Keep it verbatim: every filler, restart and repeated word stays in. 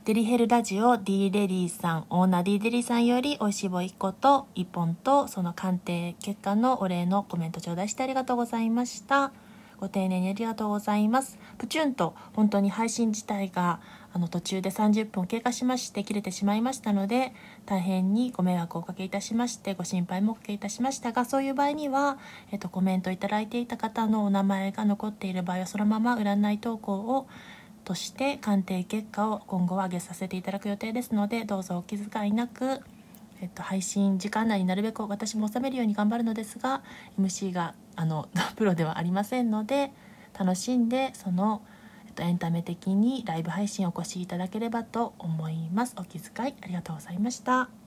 デリヘルラジオ D レディさん、オーナー D レディさんよりおいしい棒いっこといっぽんとその鑑定結果のお礼のコメント頂戴してありがとうございました。ご丁寧にありがとうございます。プチュンと本当に配信自体があの途中でさんじゅっぷん経過しまして切れてしまいましたので、大変にご迷惑をおかけいたしましてご心配もおかけいたしましたが、そういう場合には、えっと、コメントいただいていた方のお名前が残っている場合はそのまま占い投稿をとして鑑定結果を今後は上げさせていただく予定ですので、どうぞお気遣いなく、えっと、配信時間内になるべく私も収めるように頑張るのですが、 エムシー があのプロではありませんので、楽しんでその、えっと、エンタメ的にライブ配信をお越しいただければと思います。お気遣いありがとうございました。